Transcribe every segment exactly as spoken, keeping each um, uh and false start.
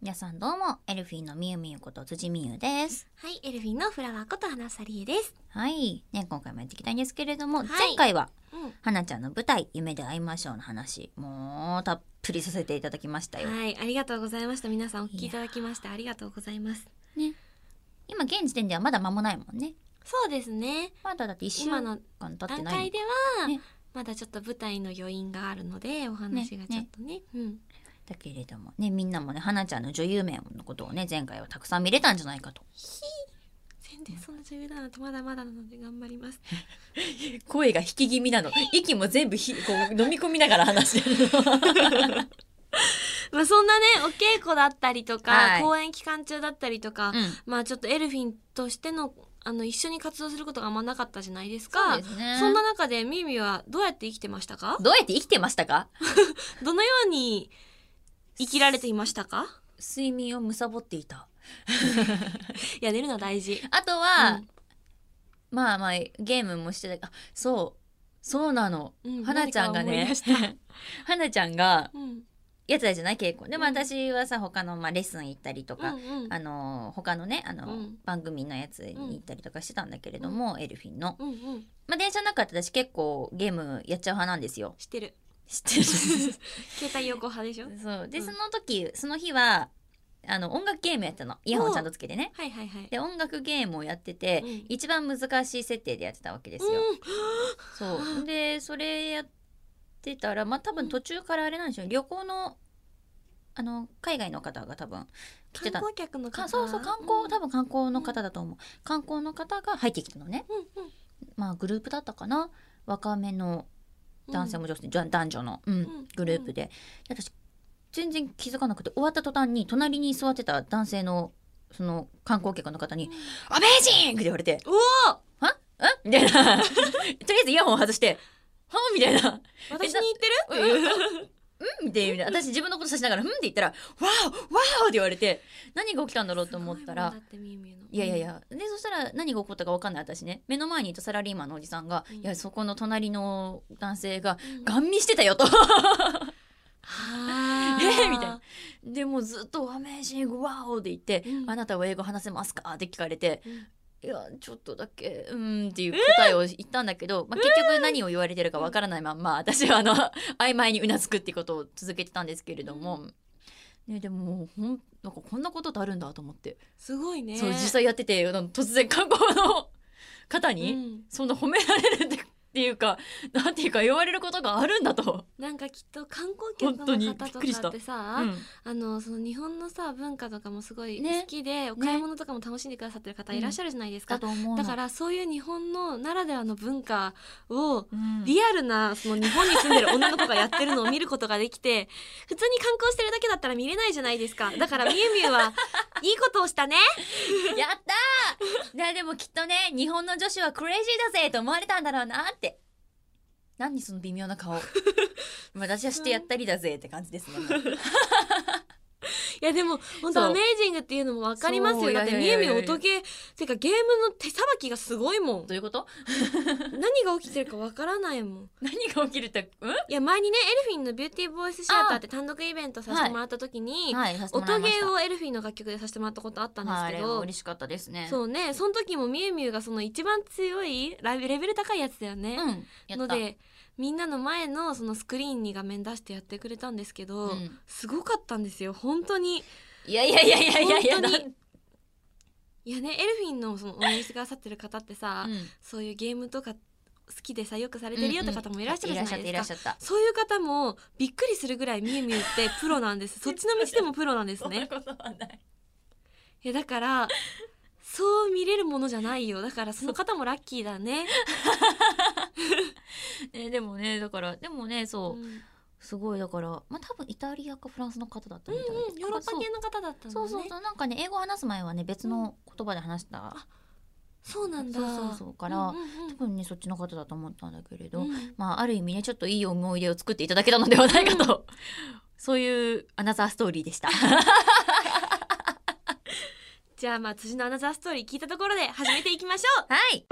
皆さんどうも、エルフィンのみゆみゆこと辻みゆです。 はい、エルフィンのフラワーこと花さりえです。 はい、ね、今回もやっていきたいんですけれども、 はい、 前回は、 うん、 花ちゃんの舞台夢で会いましょうの話、もうたっぷりさせていただきましたよ。 はい、ありがとうございました。皆さんお聞きいただきましてありがとうございます。 ね、今現時点ではまだ間もないもんね。 そうですね。 まだだっていっしゅうかん経ってない。 今の段階では、ね、まだちょっと舞台の余韻があるのでお話がちょっとね。ねねうん。 だけれどもね、みんなもね、花ちゃんの女優面のことをね、前回はたくさん見れたんじゃないかと。 ひ全然そんな女優だなんてまだまだなので頑張ります。 声が引き気味なの。息も全部ひこう飲み込みながら話してるの。 まあそんなねお稽古だったりとか、 はい、 公演期間中だったりとか、 うん、 まあちょっとエルフィンとしてのあの一緒に活動することがあんまなかったじゃないですか。 そうですね。 そんな中でみゆみゆはどうやって生きてましたか？ どうやって生きてましたか？ どのように生きられていましたか？ 睡眠を貪っていた。 いや寝るのは大事。 あとは、 うん、 まあまあゲームもしてた。あ、そうそうなの。うん、花ちゃんがね、花ちゃんが、うんやつらじゃない稽古でも、うん、私はさ他の、まあ、レッスン行ったりとか、うんうん、あの他のねあの、うん、番組のやつに行ったりとかしてたんだけれども、うん、エルフィンの、うんうん、まあ電車の中で私結構ゲームやっちゃう派なんですよ。 知ってる知ってる携帯横派でしょ。 そうで、うん、その時その日はあの音楽ゲームやったの。イヤホンちゃんとつけてね、 はいはいはい、 で音楽ゲームをやってて、うん、一番難しい設定でやってたわけですよ、うん、そうでそれやってたらまあ多分途中からあれなんでしょう、旅行のあの海外の方が多分来てた。 観光客の方。 そうそう観光、うん、多分観光の方だと思う、うん、観光の方が入ってきたのね、うんうん、まあグループだったかな、若めの男性も女性、うん、男女の、うんうん、グループで、私全然気づかなくて終わった途端に隣に座ってた男性のその観光客の方に、うん、アメージングって言われて、 おおはんみたいなとりあえずイヤホン外してはみたいな、 私に言ってるっていううんっていう私自分のことさしながらうんって言ったらわーわーって言われて、何が起きたんだろうと思ったら、いやいやいやでそしたら何が起こったか分かんない私ね、目の前にいたサラリーマンのおじさんが、うん、いやそこの隣の男性がガン見してたよと、うん、えーみたいな。でもずっとアメージングワーって言って、うん、あなたは英語話せますかって聞かれて、うんいやちょっとだけうーんっていう答えを言ったんだけど、まあ、結局何を言われてるかわからないまんま私はあの曖昧にうなずくってことを続けてたんですけれども、ね、でもほんなんかこんなことってあるんだと思って、 すごいね。 そう実際やってて突然観光の方に、うん、そんな褒められるってっていうかなんていうか言われることがあるんだと。 なんかきっと観光客の方とかってさ、うん、あのその日本のさ文化とかもすごい好きで、ね、お買い物とかも楽しんでくださってる方いらっしゃるじゃないですか、うん、だと思う。だからそういう日本のならではの文化を、うん、リアルなその日本に住んでる女の子がやってるのを見ることができて普通に観光してるだけだったら見れないじゃないですか。だからみゆみゆはいいことをしたねやったーでもきっとね日本の女子はクレイジーだぜと思われたんだろうなって。何その微妙な顔私はしてやったりだぜって感じですねいやでも本当アメージングっていうのも分かりますよ。だってみゆみゆ音ゲーてかゲームの手さばきがすごいもん。 どういうこと何が起きてるか分からないもん何が起きるって、うん、 いや前にねエルフィンのビューティーボイスシアターって単独イベントさせてもらった時に、はいはい、音ゲーをエルフィンの楽曲でさせてもらったことあったんですけど、 はい、嬉しかったですね。そうねその時もみゆみゆがその一番強いレベル高いやつだよね、うん、やったのでみんなの前のそのスクリーンに画面出してやってくれたんですけど、うん、すごかったんですよ本当に。 いやいやいやいやいやいや本当にいやねエルフィンのその応援してくださってる方ってさ、うん、そういうゲームとか好きでさよくされてるよって方もいらっしゃるじゃないですか。そういう方もびっくりするぐらいみゆみゆってプロなんですそっちの道でもプロなんですね。 そんなことはない。 いやだからそう見れるものじゃないよ。だからその方もラッキーだねえでもねだからでもねそう、うんすごいだからまあ多分イタリアかフランスの方だったみたいで、 うんうん、ヨーロッパ系の方だったんだね。 そうそうそうなんかね英語話す前はね別の言葉で話した、うん、あそうなんだ。 そうそうそうから、うんうんうん、多分ねそっちの方だと思ったんだけれど、うん、まあある意味ねちょっといい思い出を作っていただけたのではないかと、うん、そういうアナザーストーリーでしたじゃあまあ辻のアナザーストーリー聞いたところで始めていきましょう。 はい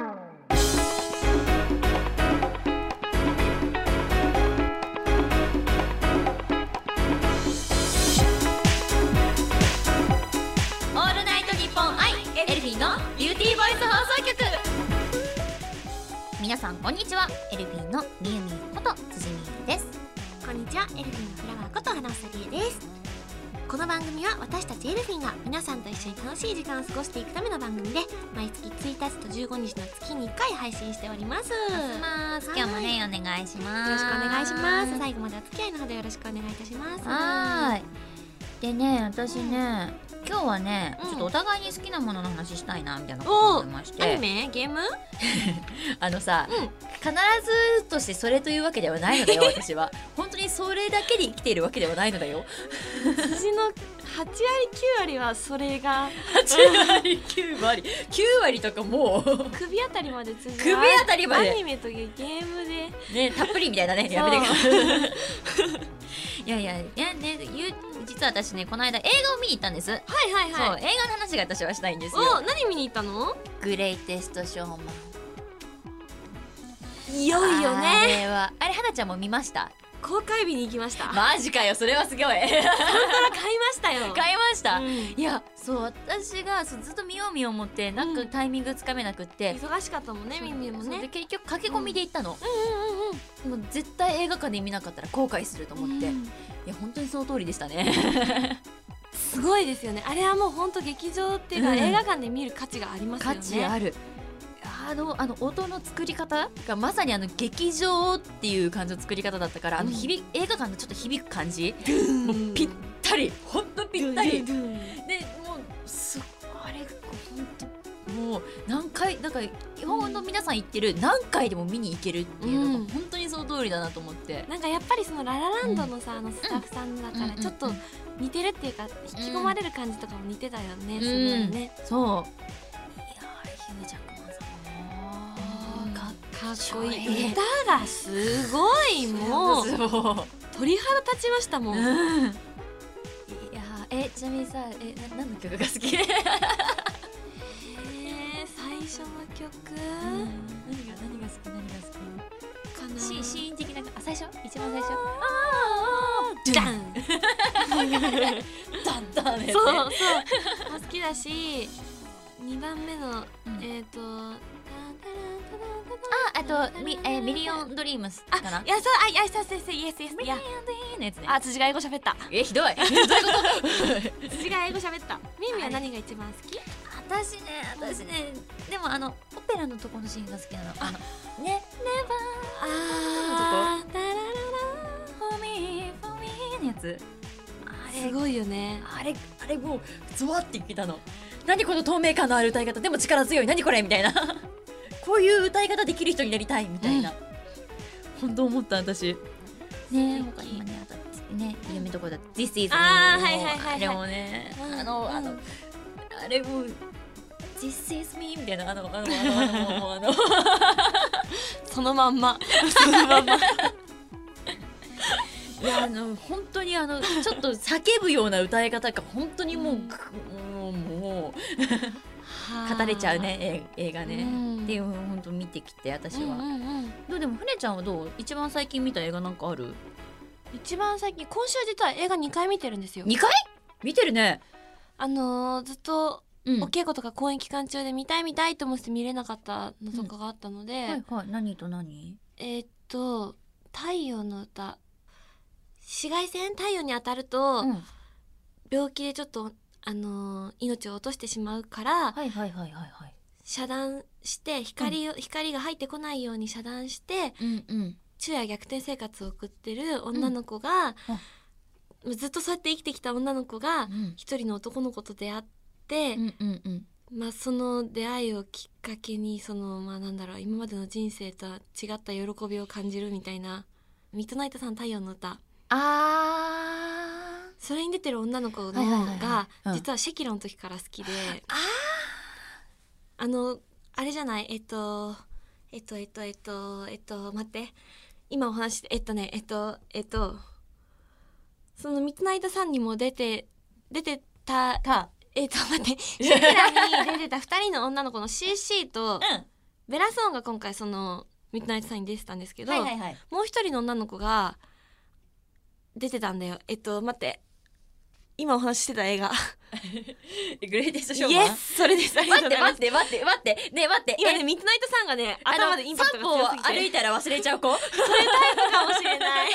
ビューティーボイス放送局。皆さんこんにちは。エルフィンのみゆみゆこと辻みゆです。 こんにちは。エルフィンのフラワーこと花房理恵です。この番組は私たちエルフィンが皆さんと一緒に楽しい時間を過ごしていくための番組で、毎月ついたちとじゅうごにちの月にいっかい配信しております。 ます今日もね、お願いします。 よろしくお願いします。最後までお付き合いのほどよろしくお願いいたします。 はい。でね、私ね、今日はね、うん、ちょっとお互いに好きなものの話したいなみたいなことを思いまして。 アニメ？ゲーム？ あのさ、うん、必ずとしてそれというわけではないのだよ私は。本当にそれだけで生きているわけではないのだよ。 辻のはちわりきゅうわりはそれがはちわりきゅうわりきゅうわりとかもう首あたりまで辻首あたりまでアニメとゲームでね、たっぷりみたいなね。やめていやいやいやね、実は私ね、この間映画を見に行ったんです。 はいはいはい。 そう、映画の話が私はしたいんですよ。 お、何見に行ったの？ グレイテストショーマン。 いよいよね。 あれはあれ、花ちゃんも見ました？ 公開日に行きました。 マジかよ、それはすごい。本当だ、 買いましたよ。 買いました、うん、いや、そう、私がそうずっと見よう見よう思ってなんかタイミングつかめなくって、うん、 忙しかったもんね、耳もね。 で結局駆け込みで行ったの、 うん、 もう絶対映画館で見なかったら後悔すると思って、うん、いや本当にその通りでしたね。 すごいですよね。あれはもう本当劇場っていうか、うん、映画館で見る価値がありますよね。 価値ある。あの, あの音の作り方がまさにあの劇場っていう感じの作り方だったから、うん、あの響映画館のちょっと響く感じ、もうぴったり、ほんとぴったりで、もうすあれほんともう何回なんか日本の皆さん行ってる何回でも見に行けるっていうのが本当にその通りだなと思って、 なんかやっぱりそのララランドのさ、うん、あのスタッフさんだからちょっと似てるっていうか、引き込まれる感じとかも似てたよね、うん、すごいね、 うん、そう、いやー、ヒュージャックマンさんかっこいい。歌がすごい、もう鳥肌立ちましたもん、うん、いやえちなみにさ、えな何の曲が好き？えー、 最初の曲、 うん、何が何が好き何が好きかな。シシーン的な、あ、最初一番最初、 ダンダンダンね。 そうそう好きだし、にばんめの、うん、えっ、ー、とあ、あとミ、えー、ミリオンドリームスかな。 あ、いや、そう、あ、いや、そうそうそう、イエスイエス、 ミリオンドリームのやつね。 あ、辻が英語喋った。 え、ひどい。どういうこと？ 辻が英語喋った。ミミは何が一番好き？ 私ね、私ね、でもあのオペラのとこのシーンが好きなの。あのね、ネバー、あー、タラララ、フォーミー、フォーミーのやつ。 あれすごいよね。 あれ、あれもうゾワってきたの。何この透明感のある歌い方、でも力強い、何これみたいな。こういう歌い方できる人になりたいみたいな、うん、本当思った私ね。他にもね、あとね、有名どころだと This is me、 あー、はいはいはいはい、 あれもね、あの、うん、あのあれも This is me みたいな、あのあのあのあのあのそのまんまそのまんま。いや、あの本当にあのちょっと叫ぶような歌い方が本当にもう、うん、もうもう語れちゃうね、映画ね、うん、っていう本当見てきて私は、うんうんうん、どうでも船ちゃんはどう？一番最近見た映画なんかある？ 一番最近、今週実は映画にかい見てるんですよ。 にかい見てるね。 あのー、ずっとお稽古とか公演期間中で見たい見たいと思って見れなかったのとかがあったので、うん、 はいはい。何と何？ えー、っと太陽の歌、紫外線、太陽に当たると、うん、病気でちょっとあのー、命を落としてしまうから、 はいはいはいはいはい、 遮断して光を、うん、光が入ってこないように遮断して、 うんうん、 昼夜逆転生活を送ってる女の子が、うん、ずっとそうやって生きてきた女の子が一、うん、人の男の子と出会って、 うんうんうん、 まあ、その出会いをきっかけにその、まあ、なんだろう、今までの人生とは違った喜びを感じるみたいな、ミッドナイトさん太陽の歌、 あー、 それに出てる女の子のが、はいはいはいはい、実はシェキラの時から好きで、 ああのあれじゃない、えっとえっとえっとえっとえっと待って、今お話してえっとねえっとえっとそのミッドナイトさんにも出て出てたたえっと待ってシェキラに出てたふたりの女の子の シーシー と、うん、ベラソーンが今回そのミッドナイトさんに出てたんですけど、 はいはいはい、 もう一人の女の子が出てたんだよ。えっと待って今お話ししてた映画グレイテストショーマン。 イエス、それです。ありがとうございます。 待って待って待って待ってね待って今ねミッドナイトさんがね頭でインパクトが強すぎて歩いたら忘れちゃう子それタイプかもしれない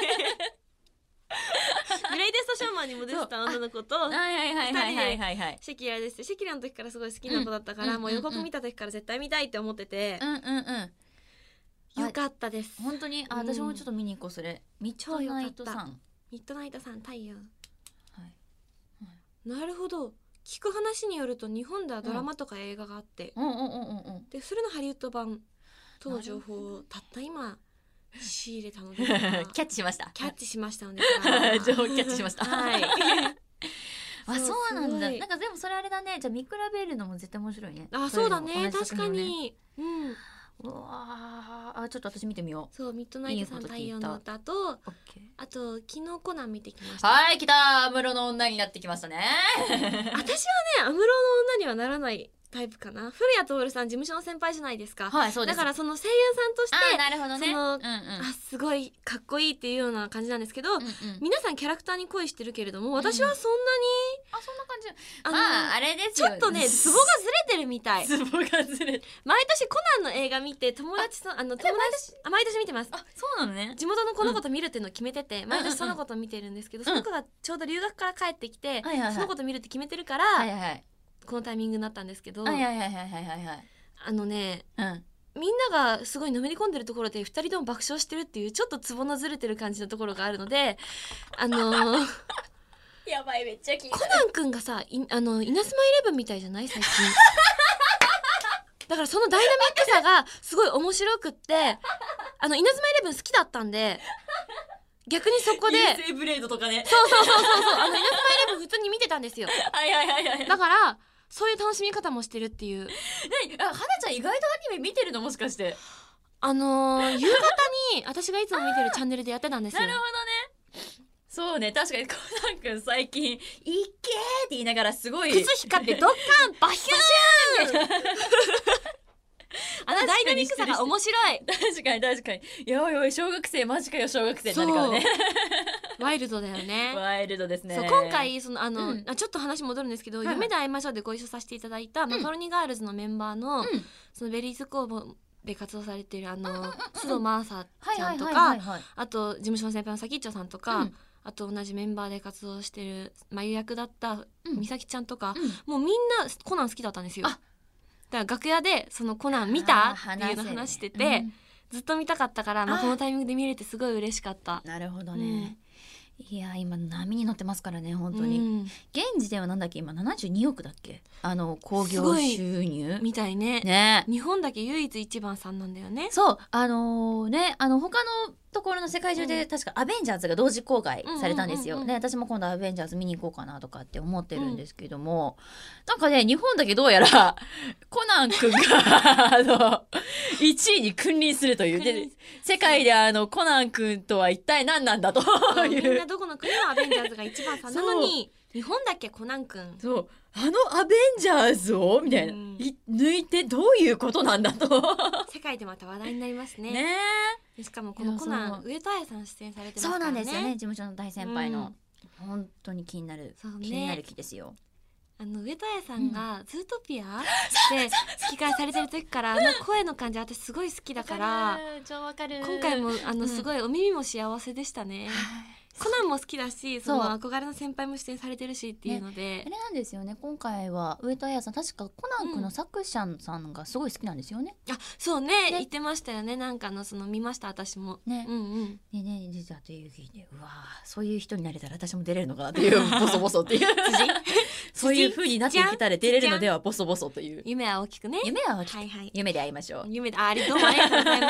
グレイテストショーマンにも出てた女の子とはいはいはいはいはいはいはいシェキラです。シェキラの時からすごい好きな子だったから、うん、もう予告見た時から絶対見たいって思ってて、 うんうんうんよかったです。 本当にあ、私もちょっと見に行こうそれ。ミッドナイトさん。 ミッドナイトさん太陽。 はい。 なるほど。聞く話によると日本ではドラマとか映画があって、 うんうんうんうんうん。 でそれのハリウッド版との情報をたった今仕入れたのでキャッチしました。 キャッチしましたので情報キャッチしました。 はい。 あ、そうなんだ。なんかでもそれあれだね。じゃあ見比べるのも絶対面白いね。 あ、そうだね。確かに。うん。 うわあ、ちょっと私見てみよう。そう、ミッドナイトさん太陽の歌と、あと昨日コナン見てきました。 はい、来た。安室の女になってきましたね。 私はね、安室の女にはならないタイプかな。古谷徹さん事務所の先輩じゃないですか。 はい、そうです。 だからその声優さんとして、 あ、なるほどね。 その、うんうん、あ、すごいかっこいいっていうような感じなんですけど、うんうん、皆さんキャラクターに恋してるけれども、私はそんなに、 うん、あ、そんな感じ。あの、まあ、あれですよ。 ちょっとね、ツボがずれてるみたい。 ツボがずれ。 毎年コナンの映画見て友達とあの友達あ毎年見てます。 あ、そうなのね。 地元のこの子と見るっていうのを決めてて、うん、毎年その子と見てるんですけど、うん、その子がちょうど留学から帰ってきて、うん、その子と見るって決めてるから。はいはいはい、このタイミングになったんですけど、 はいはいはいはいはいはい、 あのね、うん、みんながすごいのめり込んでるところでふたりとも爆笑してるっていうちょっとツボのずれてる感じのところがあるので、あのー、 やばい、めっちゃ気になる。 コナンくんがさ、いあのイナスマイレブンみたいじゃない最近だからそのダイナミックさがすごい面白くって、あのイナスマイレブン好きだったんで、逆にそこでイーエスエー ブレードとかね、 そうそうそうそうそう、あのイナスマイレブン普通に見てたんですよはいはいはいはい。 だからそういう楽しみ方もしてるっていう。 何、あ、花ちゃん意外とアニメ見てるの、もしかして。 あのー、夕方に私がいつも見てるチャンネルでやってたんですよ。 なるほどね。そうね、確かにコナン君最近「いっけー」って言いながらすごい靴光ってドッカンバヒューンあのダイナミックさが面白い。 確かに確かに。やばいやばい、小学生マジかよ、小学生になるからね。 ワイルドだよね。 ワイルドですね。 そう、今回そのあの、うん、あちょっと話戻るんですけど、 はいはい、 夢で会いましょうでご一緒させていただいた、うん、マカロニガールズのメンバーの、うん、そのベリーズ工房で活動されているあの須藤真麻ちゃんとか、あと事務所の先輩のさきっちょさんとか、うん、あと同じメンバーで活動してる眉役だった美咲ちゃんとか、うん、もうみんなコナン好きだったんですよ。だから楽屋でそのコナン見たっていうの話してて、うん、ずっと見たかったから、まあ、このタイミングで見れてすごい嬉しかった。 なるほどね、うん、いや今波に乗ってますからね本当に、うん、現時点はなんだっけ今ななじゅうにおくだっけ、あの興行収入みたいね。 ね、 日本だけ唯一一番さんなんだよね。 そうあのー、ねあの他のところの世界中で確かアベンジャーズが同時公開されたんですよ。で私も今度アベンジャーズ見に行こうかなとかって思ってるんですけども、うん、なんかね日本だけどうやらコナン君があのいちいに君臨するというで世界であのコナン君とは一体何なんだというみんなどこの国もアベンジャーズが一番さんなのに日本だけコナン君、 そうあのアベンジャーズをみたいな、うん、い抜いてどういうことなんだと世界でまた話題になりますね。 ねえ、しかもこのコナン上戸彩さん出演されてますからね。 そうなんですよね、事務所の大先輩の、うん、本当に気になる、ね、気になる気ですよ。 あの上戸彩さんがズートピアで吹き替えされてる時からあの声の感じ私すごい好きだから超わかる。 今回もあのすごいお耳も幸せでしたね。コナンも好きだし、その憧れの先輩も出演されてるしっていうので、 ね、あれなんですよね。今回は上戸彩さん確かコナン君の作者さんがすごい好きなんですよね。 うん、あ、そう ね, ね言ってましたよね。なんかのその見ました私も。 ね、 うんうん。 ねね実はという聞いて、うわそういう人になれたら私も出れるのかなっていうボソボソっていうそういう風になってきたら出れるのではボソボソという。 夢は大きくね。 夢は大きく、はいはい、夢で会いましょう。 夢でありどうもありがとうございます。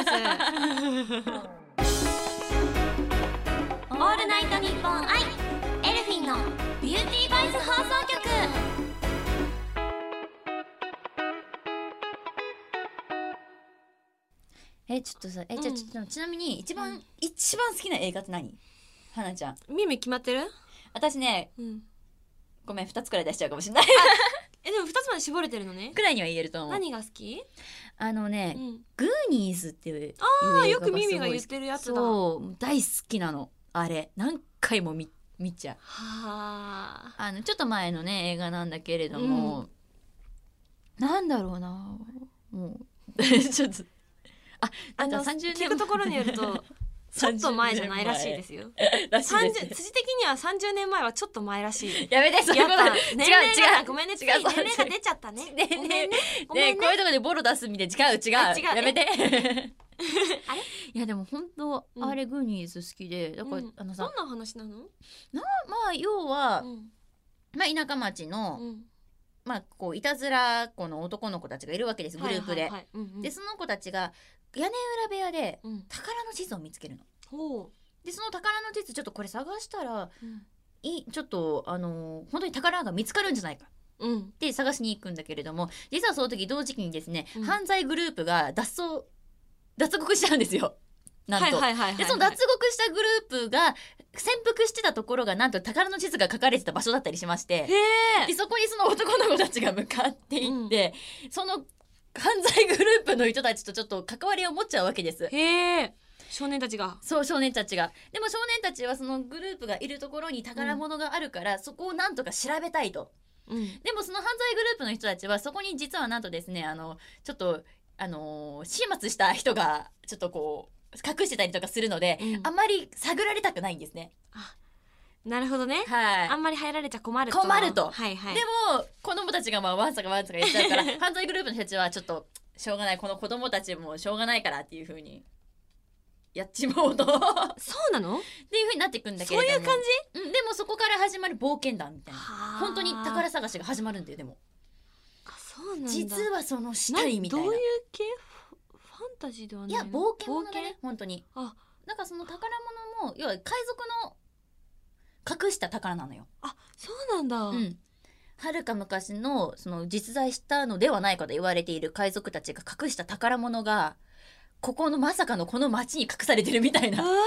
オールナイトニッポンアイエルフィンのビューティーバイス放送局。 えちょっとさえ、うん、じゃあちょっとちなみに一番、うん、一番好きな映画って何？花ちゃん。 ミミ決まってる？ 私ね、うん、ごめんふたつくらい出しちゃうかもしれない。 えでもふたつまで絞れてるのね。 くらいには言えると思う。 何が好き？ あのね、うん、グーニーズっていうああよくミミが言ってるやつだ。 そう大好きなの。あれ何回も 見, 見ちゃう。 はあのちょっと前のね映画なんだけれども、うん、なんだろうなもうちょっとああのさんじゅうねん聞くところによるとちょっと前じゃないらしいですよ。らしいです。辻的にはさんじゅうねんまえはちょっと前らしい。 やめて、そういうこと。 年齢がごめんね、違う、年齢が出ちゃったね。 ねねね、こういうところでボロ出すみたい。違う違う。やめて。あれ？いやでも本当あれグーニーズ好きで、だからあのさ、 どんな話なの？ なまあ要はまあ田舎町のまあこういたずら子の男の子たちがいるわけです、グループで。でその子たちが屋根裏部屋で宝の地図を見つけるの。うん、でその宝の地図ちょっとこれ探したら、うん、いちょっとあのー、本当に宝が見つかるんじゃないか、うん、って探しに行くんだけれども、実はその時同時期にですね、うん、犯罪グループが脱走脱獄しちゃうんですよ。なんとでその脱獄したグループが潜伏してたところがなんと宝の地図が書かれてた場所だったりしまして、でそこにその男の子たちが向かっていって、うん、その犯罪グループの人たちとちょっと関わりを持っちゃうわけです。 へー、少年たちが。 そう、少年たちが。でも少年たちはそのグループがいるところに宝物があるから、うん、そこをなんとか調べたいと、うん、でもその犯罪グループの人たちはそこに実はなんとですね、あのちょっとあのー、始末した人がちょっとこう隠してたりとかするので、うん、あんまり探られたくないんですね。 あ、なるほどね、 はい、 あんまり入られちゃ困ると困ると、 はいはい、 でも子供たちがまあワンサかワンサか言っちゃうから犯罪グループの人たちはちょっとしょうがない、この子供たちもしょうがないからっていう風にやっちまおうとそうなのっていう風になっていくんだけれども、 そういう感じ、 うん、でもそこから始まる冒険団みたいな、本当に宝探しが始まるんだよ。でもあ、そうなんだ、 実はその死体みたいな、 どういう系？ファンタジーではないの？ いや冒険物だね、本当に。あ、だからその宝物も要は海賊の隠した宝なのよ。 あ、そうなんだ。うん。 はるか昔のその実在したのではないかと言われている海賊たちが隠した宝物がここのまさかのこの町に隠されてるみたいな。うわは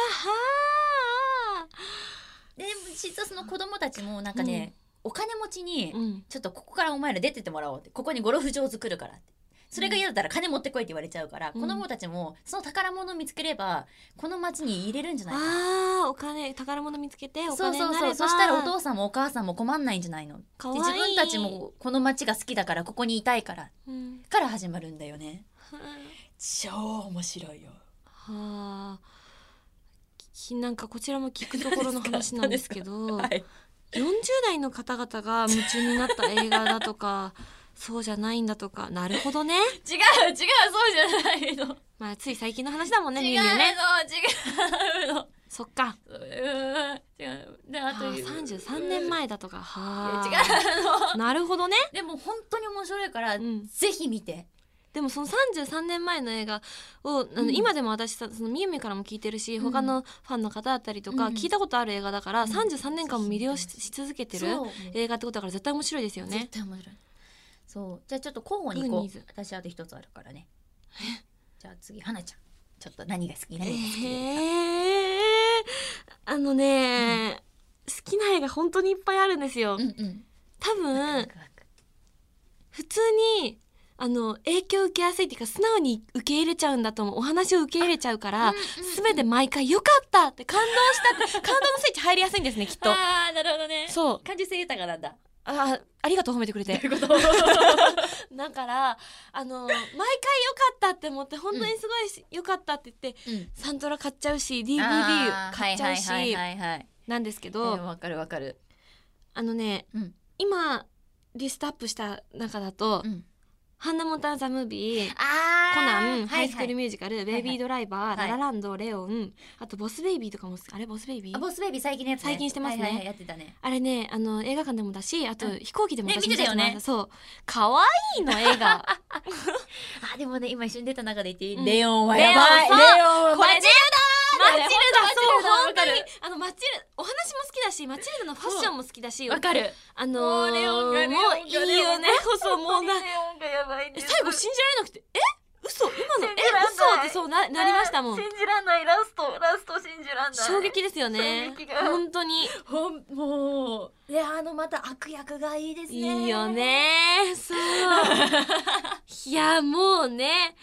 ー。で実はその子供たちもなんかね、うん、お金持ちに、うん、ちょっとここからお前ら出てってもらおうって、ここにゴルフ場を作るからって、それが嫌だったら金持ってこいって言われちゃうから、うん、子供たちもその宝物を見つければこの町に入れるんじゃないかな。 あー、お金、宝物見つけてお金になれば、 そうそうそう、そしたらお父さんもお母さんも困んないんじゃないの。かわいい。で自分たちもこの町が好きだからここにいたいから、うん、から始まるんだよね。超面白いよ。はあ、 なんかこちらも聞くところの話なんですけど、はい、よんじゅう代の方々が夢中になった映画だとかそうじゃないんだとか。なるほどね。違う違う、そうじゃないの。 まあつい最近の話だもんね。 違うの、 ね、 違うの。 そっか。 う違う。であとはあ、さんじゅうさんねんまえだとか。はあ、違うの。 なるほどね。 でも本当に面白いから、うん、ぜひ見て。 でもそのさんじゅうさんねんまえの映画を、うん、今でも私さ、そのみゆみからも聞いてるし、うん、他のファンの方だったりとか、うん、聞いたことある映画だから、うん、さんじゅうさんねんかんも魅了 し, し続けてる映画ってことだから絶対面白いですよね。 絶対面白い。そう、じゃあちょっと候補に行こう。私あと一つあるからね。じゃあ次、はなちゃん、ちょっと何が好き？何が好き？ えー、あのね、うん、好きな映画本当にいっぱいあるんですよ。うんうん、多分普通にあの影響を受けやすいっていうか、素直に受け入れちゃうんだと思う。お話を受け入れちゃうから、すべ、うんうん、て毎回良かったって感動したって感動のスイッチ入りやすいんですね、きっと。 あー、なるほどね。そう、感受性豊かなんだ。 あ、ありがとう、褒めてくれて。 どういうこと？ だからあの毎回良かったって思って、本当にすごい良かったって言って、うん、サントラ買っちゃうし ディーブイディー 買っちゃうしなんですけど、わ、 えー、かるわかる。 あのね、うん、今リストアップした中だと、うん、ハンナ・モンタナ・ザ・ムービー、コナン、はいはい、ハイスクールミュージカル、ベイビードライバー、はいはい、ララランド、レオン、あとボスベイビーとかも、あれボスベイビー？ あ、ボスベイビー最近のやつね。 最近してますね。 はいはい、やってたね。 あれね、あの映画館でもだし、あと飛行機でも私見てたよね。 そう、可愛いの映画。 あ、でもね、今一瞬出た中で言っていい、うん、レオンはやばい。レオンはこれマチルダ、マチルダ、そう本当にあのマチルお話も好きだし、マチルダのファッションも好きだし、 わかる。 あのー、レオンがもういいよね。そう、もうな最後信じられなくて、え、嘘、今のえ嘘ってそうななりましたもん。 信じらんない。ラストラスト信じらんない。 衝撃ですよね。本当に。 ほんもういや、あのまた悪役がいいですね。 いいよね。そう。いやもうね。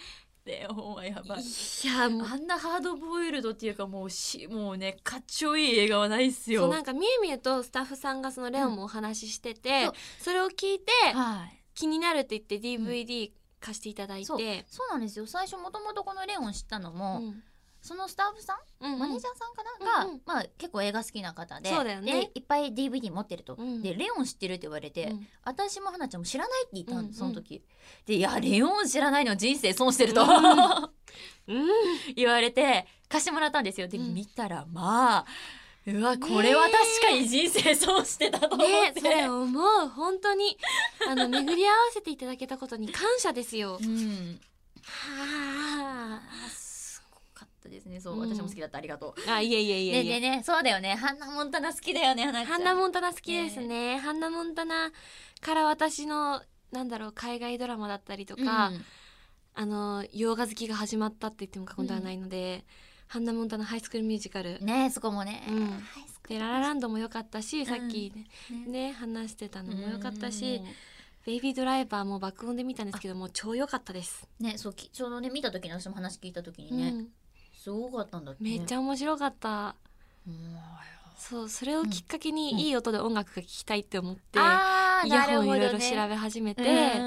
レオンはやばい。いやもうあんなハードボイルドっていうかもうしもうねかっちょいい映画はないっすよ。 そうなんかみゆみゆとスタッフさんがそのレオンもお話ししてて、うん、そ, それを聞いて、はい、気になるって言って ディーブイディー 貸していただいて、うん、 そう、そうなんですよ。最初もともとこのレオン知ったのも、うん、そのスタッフさん、うんうん、マネージャーさんかな、うんうん、が、まあ、結構映画好きな方で、 そうだよね、 でいっぱい ディーブイディー 持ってると、うん、でレオン知ってるって言われて、うん、私も花ちゃんも知らないって言ったの、うんうん、その時で、いやレオン知らないの人生損してると、うんうん、言われて貸してもらったんですよ。で、うん、見たらまあうわこれは確かに人生損してたと思って、 ね、それ思う。本当にあの巡り合わせていただけたことに感謝ですよ、うん、はあすごかったですね。そう、うん、私も好きだった。ありがとう。 あ、いえいえいえいえ。でね、そうだよね、ハンナモンタナ好きだよね。 ハンナモンタナ好きですね、ハンナモンタナから私のなんだろう海外ドラマだったりとか、うん、あの洋画好きが始まったって言っても過言ではないので、うん、ハンナモンタナハイスクールミュージカルね、そこもね、うん、 でララランドも良かったし、さっき ね,、うん、ね話してたのも良かったし、ベイビードライバーも爆音で見たんですけども超良かったですね。そうちょうどね見た時に私も話聞いた時にね、うん、すごかったんだって、ね、 めっちゃ面白かった、うん、そうそれをきっかけにいい音で音楽が聴きたいって思って、うん、イヤホンいろいろ調べ始めて、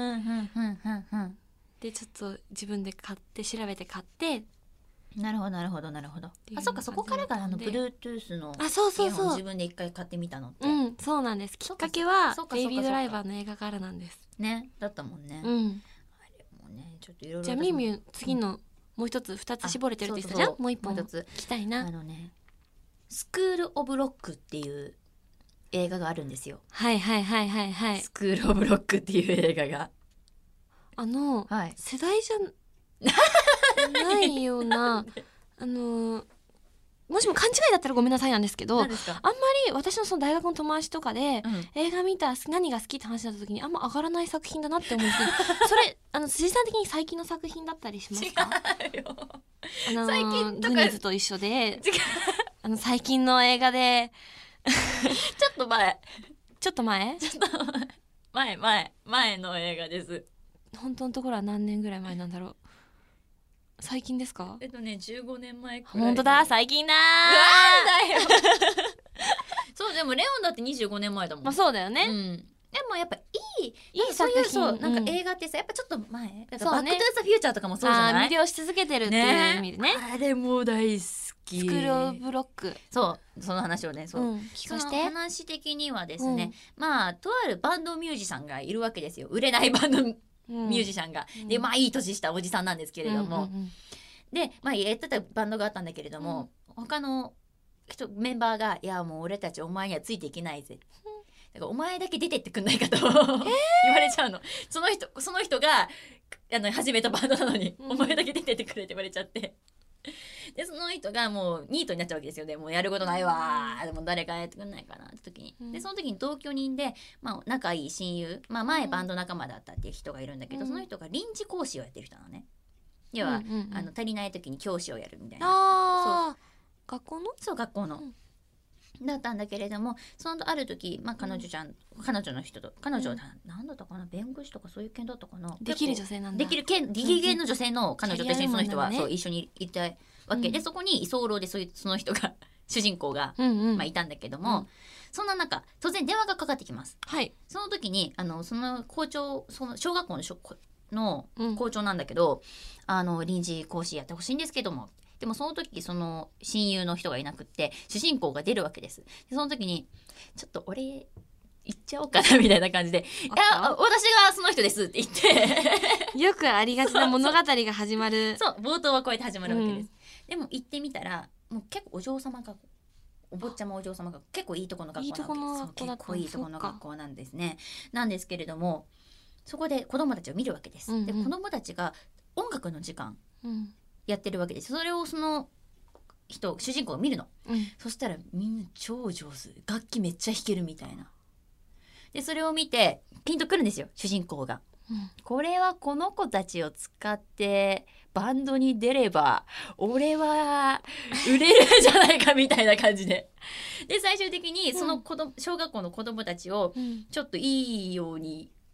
でちょっと自分で買って調べて買って、 なるほどなるほどなるほど。あ、そっか、そこからがあの Bluetooth のあ、そうそうそう、 自分で一回買ってみたのって、 うん、そうなんです。きっかけはベイビードライバーの映画からなんですね。だったもんね、 うん、 あれもねちょっといろいろ。 じゃあみゆみゆ次の、うん、もう一つ二つ絞れてるって言ったじゃん。もう一本聞きたいな。 あのねスクールオブロックっていう映画があるんですよ。 はいはいはいはいはい。 スクールオブロックっていう映画があの、はい、世代じゃないようなあのもしも勘違いだったらごめんなさいなんですけど、あんまり私のその大学の友達とかで、うん、映画見た何が好きって話になった時にあんま上がらない作品だなって思うんですけどそれあの辻さん的に最近の作品だったりしますか？ 違うよ、 あの最近とかグニーズと一緒であの最近の映画でちょっと前ちょっと前ちょっと前前前の映画です。 本当のところは何年ぐらい前なんだろう。最近ですか？ えっとねじゅうごねんまえくらい。 本当だ、最近だー。なんだよそうでもレオンだってにじゅうごねんまえだもん。 まあそうだよね、 うん、でもやっぱいいいい作品、 そういうそうなんか映画ってさ、やっぱちょっと前だからバックトゥーザフューチャーとかもそうじゃない？ 魅了し続けてるっていう意味で ね, ねあれも大好き。 スクールオブロック、 そうその話をねそう、うん、 聞かせて。 その話的にはですね、うん、まあとあるバンドミュージシャンがいるわけですよ。売れないバンドミュージシャンが、うん、でまあいい年したおじさんなんですけれども、うんうんうん、でまあやってたバンドがあったんだけれども、うん、他の人メンバーがいやもう俺たちお前にはついていけないぜ、だからお前だけ出てってくんないかと、えー、言われちゃうの。その人その人があの始めたバンドなのに、うん、お前だけ出てってくれって言われちゃって、でその人がもうニートになっちゃうわけですよね。もうやることないわー、でも誰かやってくんないかなって時に、うん、でその時に同居人で、まあ、仲いい親友、まあ、前バンド仲間だったっていう人がいるんだけど、うん、その人が臨時講師をやってる人なのね。要は、うんうんうん、あの足りない時に教師をやるみたいな。 あ、そう学校のそう学校の、うん、だったんだけれども、そのある時、まあ、彼女ちゃん、うん、彼女の人と彼女は何だったかな、弁護士とかそういう件だったかな、 できる女性なんだ。 できる件、ギリギリの女性の彼女と一緒にその人は、ね、そう一緒にいたわけ、うん、でそこに居候でそういうその人が主人公が、うんうん、まあ、いたんだけども、うん、そんな中突然電話がかかってきます。 はい、 その時にあのその校長、その小学校のの校長なんだけど、うん、あの臨時講師やってほしいんですけども、でもその時その親友の人がいなくって主人公が出るわけです。でその時にちょっと俺行っちゃおうかなみたいな感じで、いや私がその人ですって言ってよくありがちな物語が始まるそう冒頭はこうやって始まるわけです、うん、でも行ってみたらもう結構お嬢様がお坊ちゃまお嬢様が結構いいとこの学校なんです。結構いいとこの学校なんですね。なんですけれどもそこで子供たちを見るわけです、うんうん、で子供たちが音楽の時間やってるわけです。それをその人主人公が見るの、うん、そしたらみんな超上手、楽器めっちゃ弾けるみたいな。でそれを見てピンとくるんですよ主人公が、うん、これはこの子たちを使ってバンドに出れば俺は売れるんじゃないかみたいな感じでで最終的にその子供、うん、小学校の子供たちをちょっといいように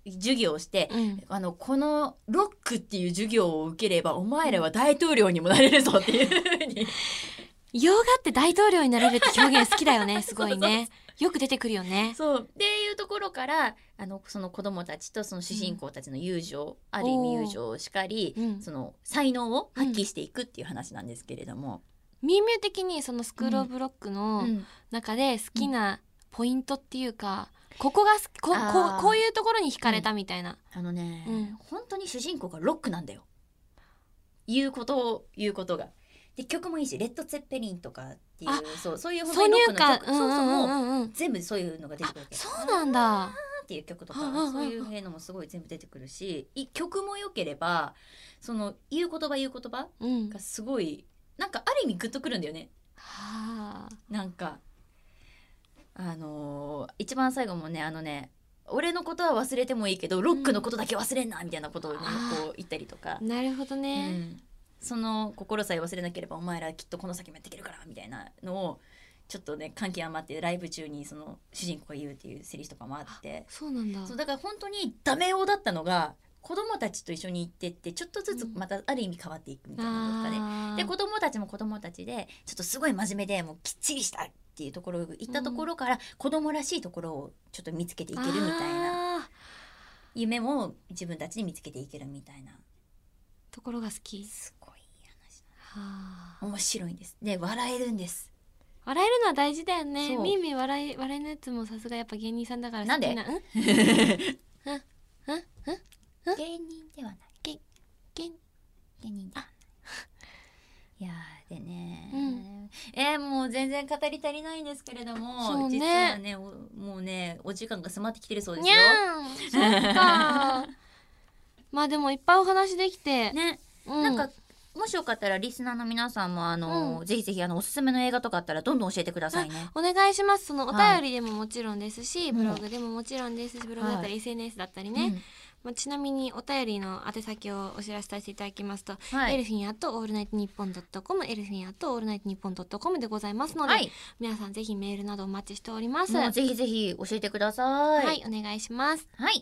授業をして、うん、あのこのロックっていう授業を受ければお前らは大統領にもなれるぞっていう風に洋画って大統領になれるって表現好きだよね。すごいね。よく出てくるよね。 そうっていうところからあのその子供たちとその主人公たちの友情、うん、ある意味友情をしかり、うん、その才能を発揮していくっていう話なんですけれども、 うん、みゆみゆ的にそのスクールオブロックの中で好きなポイントっていうか、うん、ここがこここういうところに惹かれたみたいな、 うん、あのね、うん、本当に主人公がロックなんだよ。言うことを言うことがで曲もいいしレッド・ツェッペリンとかっていうそうそういう本当にロックの曲、そうそうもう全部そういうのが出てくるわけ。 そうなんだっていう曲とかそういうのもすごい全部出てくるし、曲も良ければその言う言葉言う言葉がすごい、うん、なんかある意味グッとくるんだよね。はあ、なんかあのー、一番最後もねあのね俺のことは忘れてもいいけどロックのことだけ忘れんなみたいなことを、ね、こう言ったりとか。 なるほどね、うん、 その心さえ忘れなければお前らきっとこの先もやっていけるからみたいなのをちょっとね感極まってライブ中にその主人公が言うっていうセリフとかもあって、 そうなんだ。 そうだから本当にダメ男だったのが子供たちと一緒に行ってってちょっとずつまたある意味変わっていくみたいなのとかね、うん、で子供たちも子供たちでちょっとすごい真面目でもうきっちりしたっていうところを行ったところから、うん、子供らしいところをちょっと見つけていけるみたいな夢も自分たちに見つけていけるみたいなところが好き。 すごいはあ、面白いんです。で笑えるんです。 笑えるのは大事だよね。みーみー笑い笑いのやつもさすがやっぱ芸人さんだから好きな。 なんで？ うんうんうんうん芸人ではない。 芸芸芸人だ。いやでね、うん、えー、もう全然語り足りないんですけれども、ね、実はねもうねお時間が迫ってきてるそうですよ。 にゃんそっかまあでもいっぱいお話できてね、うん、なんかもしよかったらリスナーの皆さんもあの、うん、ぜひぜひあのおすすめの映画とかあったらどんどん教えてくださいね。 お願いします。そのお便りでももちろんですし、はい、ブログでももちろんですし、ブログだったり エスエヌエス だったりね、はい、まあ、ちなみにお便りの宛先をお知らせさせていただきますと、はい、エルフィンアットオールナイトニッポンドットコムエルフィンアットオールナイトニッポンドットコムでございますので、はい、皆さんぜひメールなどお待ちしております。 もうぜひぜひ教えてください。 はい、お願いします。 はい、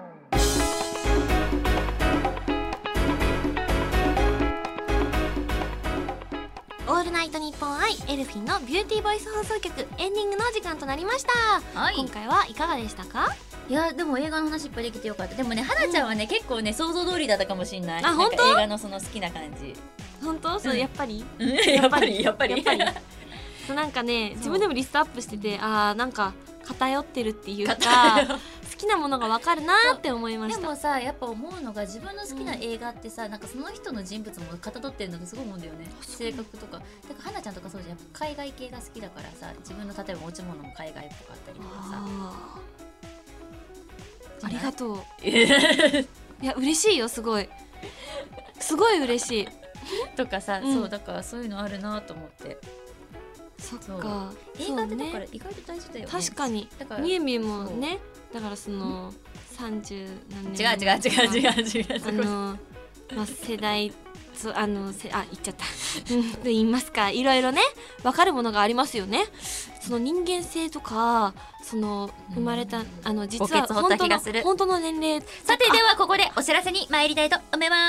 オールナイトニッポンアイエルフィンのビューティーボイス放送局エンディングの時間となりました、はい、今回はいかがでしたか？ いやでも映画の話いっぱいできてよかった。でもね、はなちゃんはね、うん、結構ね想像通りだったかもしれない。 あ、本当？ 映画のその好きな感じ。 本当？そう、うん、やっぱりやっぱりやっぱりそうなんかね、自分でもリストアップしてて、あーなんか偏ってるっていうか好きなものが分かるなって思いました。 でもさ、やっぱ思うのが自分の好きな映画ってさ、うん、なんかその人の人物もかたどってるのがすごい思うんだよね。性格とか。だからはなちゃんとかそうじゃん。やっぱ海外系が好きだからさ、自分の例えば持ち物も海外っぽかったりとかさ。 ありがとういや嬉しいよ、すごいすごい嬉しいとかさ、うん、そうだからそういうのあるなと思って。 そっか、 映画ってだから意外と大事だよね。 確かにみえみえもね、だからそのさんじゅう何年違う違う違う違う違うあの、まあ、世代そうあのせあ言っちゃったと言いますか、いろいろね分かるものがありますよね。その人間性とかその生まれた、うん、あの実は本当の本当の年齢。 さてではここでお知らせに参りたいと思います。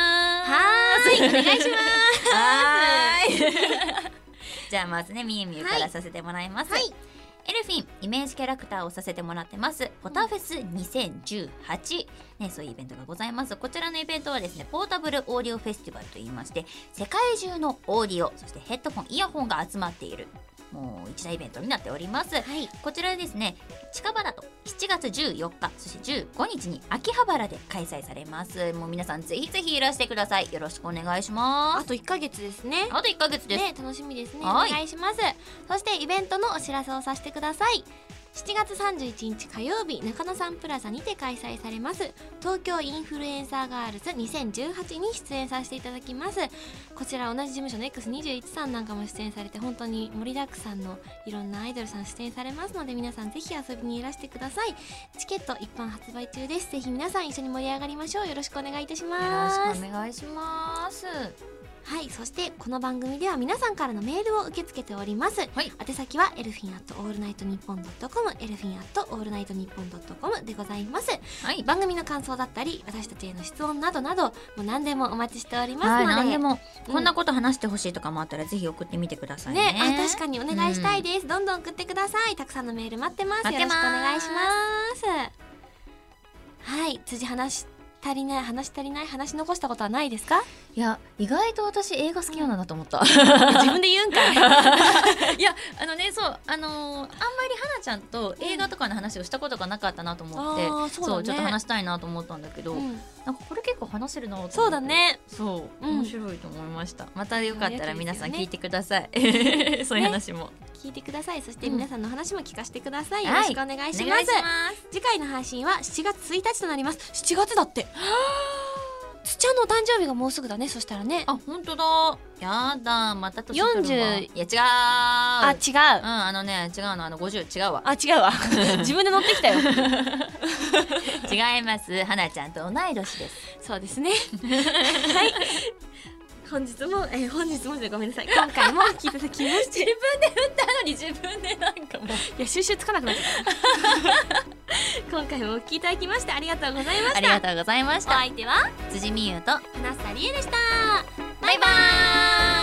はーいお願いしますはーいじゃあまずねみゆみゆからさせてもらいます、はいはい、エルフィンイメージキャラクターをさせてもらってますポタフェスにせんじゅうはち、ね、そういうイベントがございます。こちらのイベントはですねポータブルオーディオフェスティバルといいまして、世界中のオーディオそしてヘッドホンイヤホンが集まっているもう一大イベントになっております、はい、こちらですね近場だとしちがつじゅうよっかそしてじゅうごにちに秋葉原で開催されます。もう皆さんぜひぜひいらしてください。よろしくお願いします。 あといっかげつですね。 あといっかげつです、 ね、楽しみですね。お願いします。そしてイベントのお知らせをさせてください。しちがつさんじゅういちにち火曜日、中野サンプラザにて開催されます東京インフルエンサーガールズにせんじゅうはちに出演させていただきます。こちら同じ事務所の エックスにじゅういち さんなんかも出演されて、本当に盛りだくさんのいろんなアイドルさん出演されますので、皆さんぜひ遊びにいらしてください。チケット一般発売中です。ぜひ皆さん一緒に盛り上がりましょう。よろしくお願いいたします。 よろしくお願いします。 はい、そしてこの番組では皆さんからのメールを受け付けております、はい、宛先はエルフィンアットオールナイトニッポンドットコムエルフィンアットオールナイトニッポンドットコムでございます、はい、番組の感想だったり私たちへの質問などなどもう何でもお待ちしておりますので、 はい、何でも、うん、こんなこと話してほしいとかもあったらぜひ送ってみてください ね, ねあ確かにお願いしたいです、うん、どんどん送ってください。たくさんのメール待ってます。よろしくお願いします。はい、辻話足りない話足りない話残したことはないですか？ いや意外と私映画好きなんだと思った、うん、 自分で言うんかいいやあのねそうあのー、あんまり花ちゃんと映画とかの話をしたことがなかったなと思って、うん、そう、そう、ちょっと話したいなと思ったんだけど、うん、なんかこれ結構話せるなと思って。 そうだねそう、面白いと思いました、うん、またよかったら皆さん聞いてください、ね、そういう話も、ね、 聞いてください。そして皆さんの話も聞かせてください、うん、よろしくお願いします、はい、次回の配信はしちがつついたちとなります。しちがつだってつちゃんのお誕生日がもうすぐだね。そしたらね。 あ、本当だ。やだ、また年取るわ。 よんじゅう。いや違う。 あ、違う。うん、 あのね、違うの、あのごじゅう違うわ。 あ、違うわ。自分で乗ってきたよ。 違います。花ちゃんと同い年です。 そうですね。はい。本日も、えー、本日もでごめんなさい。今回も聞いていただきまして。 自分で振ったのに自分でなんかもう。 いや収集つかなくなっちゃった。今回もお聞きいただきましてありがとうございました。 ありがとうございました。 お相手は辻美優と花房理恵でした。 バイバーイ。